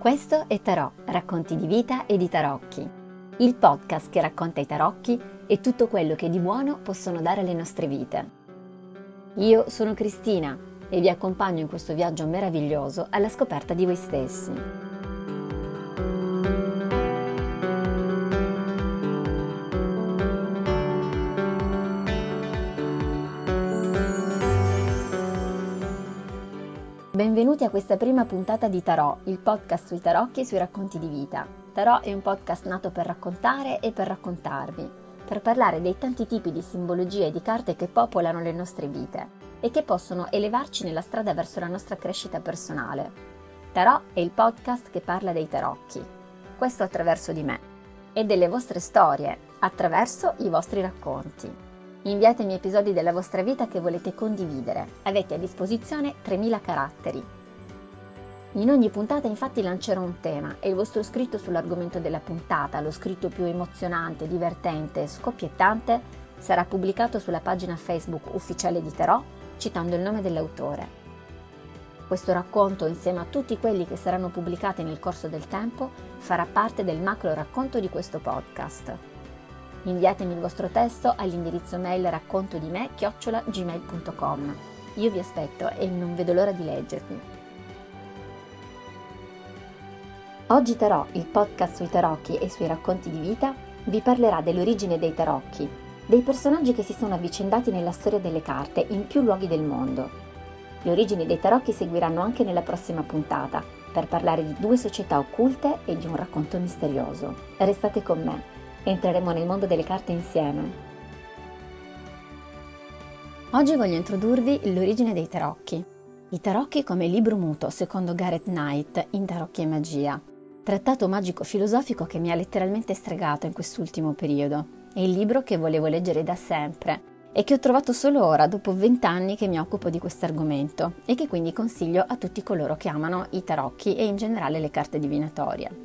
Questo è Tarò, racconti di vita e di tarocchi, il podcast che racconta i tarocchi e tutto quello che di buono possono dare alle nostre vite. Io sono Cristina e vi accompagno in questo viaggio meraviglioso alla scoperta di voi stessi. Benvenuti a questa prima puntata di Tarò, il podcast sui tarocchi e sui racconti di vita. Tarò è un podcast nato per raccontare e per raccontarvi, per parlare dei tanti tipi di simbologie e di carte che popolano le nostre vite e che possono elevarci nella strada verso la nostra crescita personale. Tarò è il podcast che parla dei tarocchi, questo attraverso di me, e delle vostre storie, attraverso i vostri racconti. Inviatemi episodi della vostra vita che volete condividere. Avete a disposizione 3000 caratteri. In ogni puntata infatti lancerò un tema e il vostro scritto sull'argomento della puntata, lo scritto più emozionante, divertente e scoppiettante, sarà pubblicato sulla pagina Facebook ufficiale di Tarò, citando il nome dell'autore. Questo racconto, insieme a tutti quelli che saranno pubblicati nel corso del tempo, farà parte del macro racconto di questo podcast. Inviatemi il vostro testo all'indirizzo mail raccontodime@gmail.com. Io vi aspetto e non vedo l'ora di leggervi. Oggi Tarò, il podcast sui tarocchi e sui racconti di vita, vi parlerà dell'origine dei tarocchi, dei personaggi che si sono avvicendati nella storia delle carte in più luoghi del mondo. Le origini dei tarocchi seguiranno anche nella prossima puntata, per parlare di 2 società occulte e di un racconto misterioso. Restate con me. Entreremo nel mondo delle carte insieme. Oggi voglio introdurvi l'origine dei tarocchi. I tarocchi come libro muto, secondo Gareth Knight, in Tarocchi e Magia. Trattato magico-filosofico che mi ha letteralmente stregato in quest'ultimo periodo. È il libro che volevo leggere da sempre e che ho trovato solo ora, dopo 20 anni che mi occupo di questo argomento e che quindi consiglio a tutti coloro che amano i tarocchi e in generale le carte divinatorie.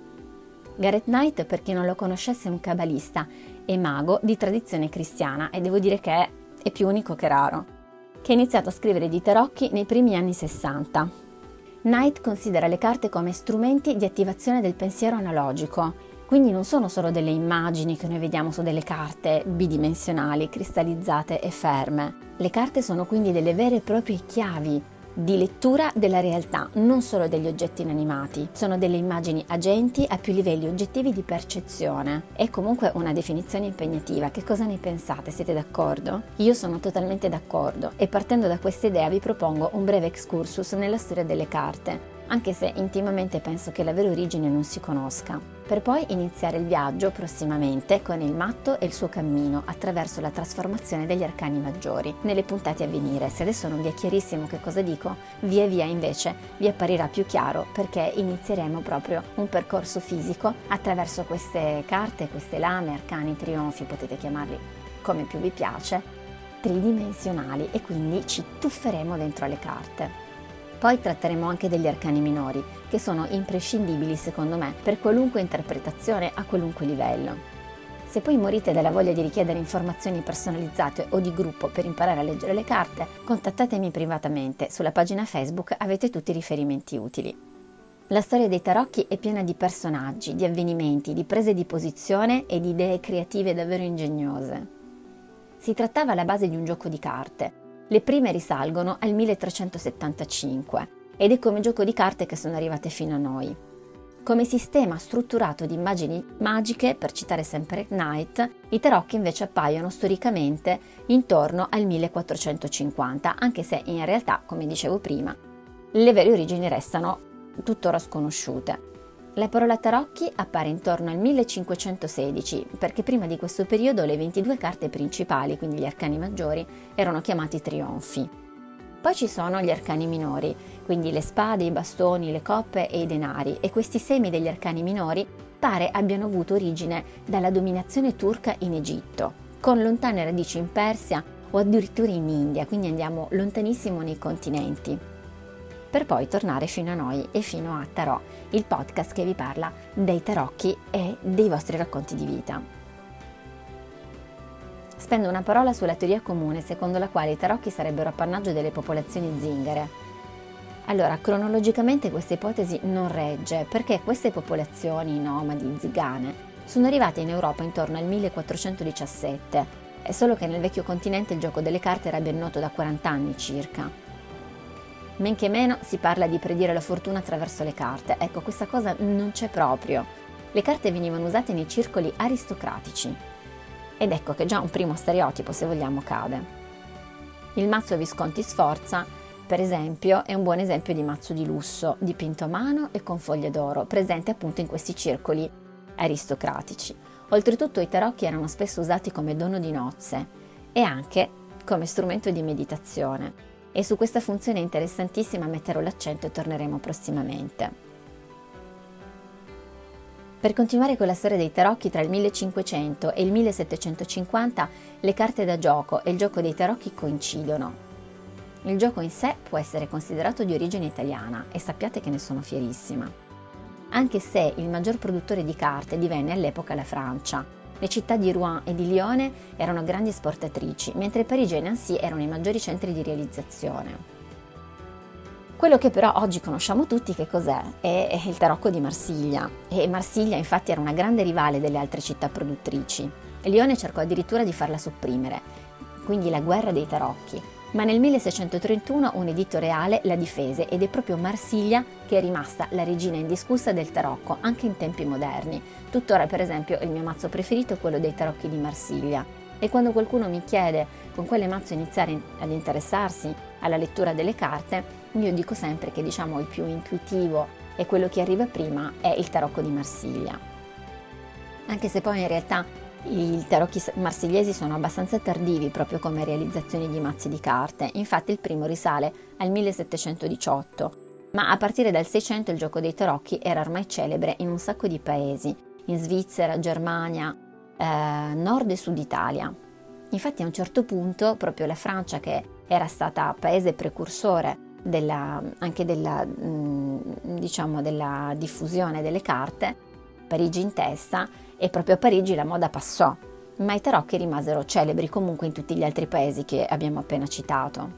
Gareth Knight, per chi non lo conoscesse, è un cabalista e mago di tradizione cristiana e devo dire che è più unico che raro, che ha iniziato a scrivere di tarocchi nei primi anni 60. Knight considera le carte come strumenti di attivazione del pensiero analogico, quindi non sono solo delle immagini che noi vediamo su delle carte bidimensionali, cristallizzate e ferme. Le carte sono quindi delle vere e proprie chiavi di lettura della realtà, non solo degli oggetti inanimati. Sono delle immagini agenti a più livelli oggettivi di percezione. È comunque una definizione impegnativa. Che cosa ne pensate? Siete d'accordo? Io sono totalmente d'accordo e partendo da questa idea vi propongo un breve excursus nella storia delle carte, anche se intimamente penso che la vera origine non si conosca, per poi iniziare il viaggio prossimamente con il matto e il suo cammino attraverso la trasformazione degli arcani maggiori nelle puntate a venire. Se adesso non vi è chiarissimo che cosa dico, via via invece vi apparirà più chiaro perché inizieremo proprio un percorso fisico attraverso queste carte, queste lame, arcani, trionfi, potete chiamarli come più vi piace, tridimensionali, e quindi ci tufferemo dentro le carte. Poi tratteremo anche degli arcani minori, che sono imprescindibili secondo me per qualunque interpretazione a qualunque livello. Se poi morite dalla voglia di richiedere informazioni personalizzate o di gruppo per imparare a leggere le carte, contattatemi privatamente, sulla pagina Facebook avete tutti i riferimenti utili. La storia dei tarocchi è piena di personaggi, di avvenimenti, di prese di posizione e di idee creative davvero ingegnose. Si trattava alla base di un gioco di carte. Le prime risalgono al 1375 ed è come gioco di carte che sono arrivate fino a noi. Come sistema strutturato di immagini magiche, per citare sempre Knight, i tarocchi invece appaiono storicamente intorno al 1450, anche se in realtà, come dicevo prima, le vere origini restano tuttora sconosciute. La parola tarocchi appare intorno al 1516, perché prima di questo periodo le 22 carte principali, quindi gli arcani maggiori, erano chiamati trionfi. Poi ci sono gli arcani minori, quindi le spade, i bastoni, le coppe e i denari, e questi semi degli arcani minori pare abbiano avuto origine dalla dominazione turca in Egitto, con lontane radici in Persia o addirittura in India, quindi andiamo lontanissimo nei continenti, per poi tornare fino a noi e fino a Tarò, il podcast che vi parla dei tarocchi e dei vostri racconti di vita. Spendo una parola sulla teoria comune secondo la quale i tarocchi sarebbero appannaggio delle popolazioni zingare. Allora, cronologicamente questa ipotesi non regge, perché queste popolazioni nomadi zigane sono arrivate in Europa intorno al 1417, è solo che nel vecchio continente il gioco delle carte era ben noto da 40 anni circa. Men che meno si parla di predire la fortuna attraverso le carte. Ecco, questa cosa non c'è proprio. Le carte venivano usate nei circoli aristocratici. Ed ecco che già un primo stereotipo, se vogliamo, cade. Il mazzo Visconti Sforza, per esempio, è un buon esempio di mazzo di lusso, dipinto a mano e con foglie d'oro, presente appunto in questi circoli aristocratici. Oltretutto i tarocchi erano spesso usati come dono di nozze e anche come strumento di meditazione. E su questa funzione interessantissima metterò l'accento e torneremo prossimamente. Per continuare con la storia dei tarocchi, tra il 1500 e il 1750 le carte da gioco e il gioco dei tarocchi coincidono. Il gioco in sé può essere considerato di origine italiana e sappiate che ne sono fierissima, anche se il maggior produttore di carte divenne all'epoca la Francia. Le città di Rouen e di Lione erano grandi esportatrici, mentre Parigi e Nancy erano i maggiori centri di realizzazione. Quello che però oggi conosciamo tutti che cos'è? È il tarocco di Marsiglia, e Marsiglia infatti era una grande rivale delle altre città produttrici. Lione cercò addirittura di farla sopprimere, quindi la guerra dei tarocchi. Ma nel 1631 un editto reale la difese ed è proprio Marsiglia che è rimasta la regina indiscussa del tarocco, anche in tempi moderni. Tuttora, per esempio, il mio mazzo preferito è quello dei tarocchi di Marsiglia. E quando qualcuno mi chiede con quale mazzo iniziare ad interessarsi alla lettura delle carte, io dico sempre che il più intuitivo e quello che arriva prima è il tarocco di Marsiglia. Anche se poi in realtà i tarocchi marsigliesi sono abbastanza tardivi proprio come realizzazioni di mazzi di carte, infatti il primo risale al 1718, ma a partire dal 600 il gioco dei tarocchi era ormai celebre in un sacco di paesi, in Svizzera, Germania, Nord e Sud Italia. Infatti a un certo punto proprio la Francia, che era stata paese precursore della diffusione delle carte, Parigi in testa, e proprio a Parigi la moda passò, ma i tarocchi rimasero celebri comunque in tutti gli altri paesi che abbiamo appena citato.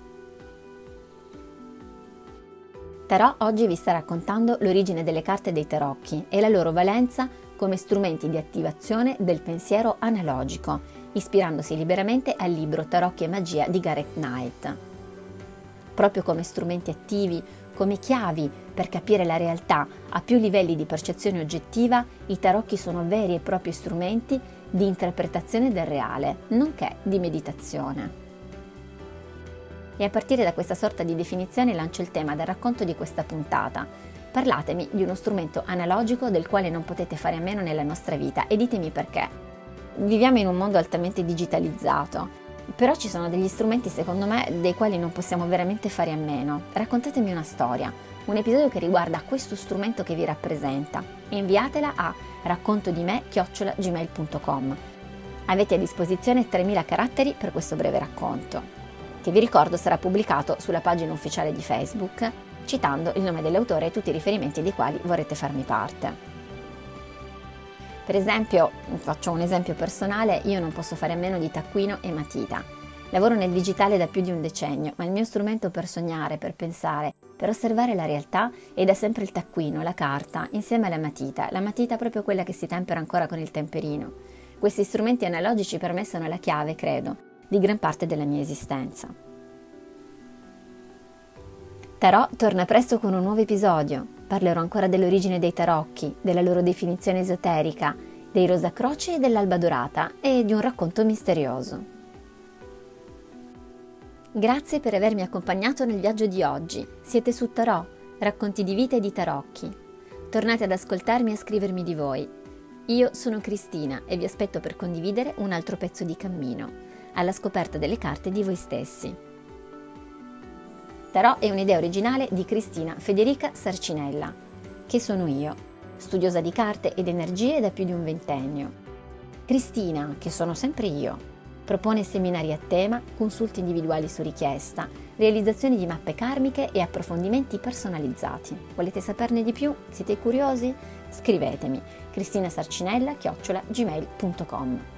Tarò oggi vi sta raccontando l'origine delle carte dei tarocchi e la loro valenza come strumenti di attivazione del pensiero analogico, ispirandosi liberamente al libro Tarocchi e magia di Gareth Knight. Proprio come strumenti attivi, come chiavi per capire la realtà a più livelli di percezione oggettiva, i tarocchi sono veri e propri strumenti di interpretazione del reale, nonché di meditazione. E a partire da questa sorta di definizione lancio il tema del racconto di questa puntata. Parlatemi di uno strumento analogico del quale non potete fare a meno nella nostra vita e ditemi perché. Viviamo in un mondo altamente digitalizzato, però ci sono degli strumenti secondo me dei quali non possiamo veramente fare a meno. Raccontatemi una storia, un episodio che riguarda questo strumento che vi rappresenta e inviatela a raccontodime@gmail.com. Avete a disposizione 3000 caratteri per questo breve racconto, che vi ricordo sarà pubblicato sulla pagina ufficiale di Facebook, citando il nome dell'autore e tutti i riferimenti dei quali vorrete farmi parte. Per esempio, faccio un esempio personale, io non posso fare a meno di taccuino e matita. Lavoro nel digitale da più di un decennio, ma il mio strumento per sognare, per pensare, per osservare la realtà è da sempre il taccuino, la carta, insieme alla matita. La matita proprio quella che si tempera ancora con il temperino. Questi strumenti analogici per me sono la chiave, credo, di gran parte della mia esistenza. Tarò torna presto con un nuovo episodio. Parlerò ancora dell'origine dei tarocchi, della loro definizione esoterica, dei rosacroci e dell'alba dorata e di un racconto misterioso. Grazie per avermi accompagnato nel viaggio di oggi. Siete su Tarò, racconti di vita e di tarocchi. Tornate ad ascoltarmi e a scrivermi di voi. Io sono Cristina e vi aspetto per condividere un altro pezzo di cammino, alla scoperta delle carte di voi stessi. Tarò è un'idea originale di Cristina Federica Sarcinella, che sono io, studiosa di carte ed energie da più di un ventennio. Cristina, che sono sempre io, propone seminari a tema, consulti individuali su richiesta, realizzazioni di mappe karmiche e approfondimenti personalizzati. Volete saperne di più? Siete curiosi? Scrivetemi cristinasarcinella@gmail.com.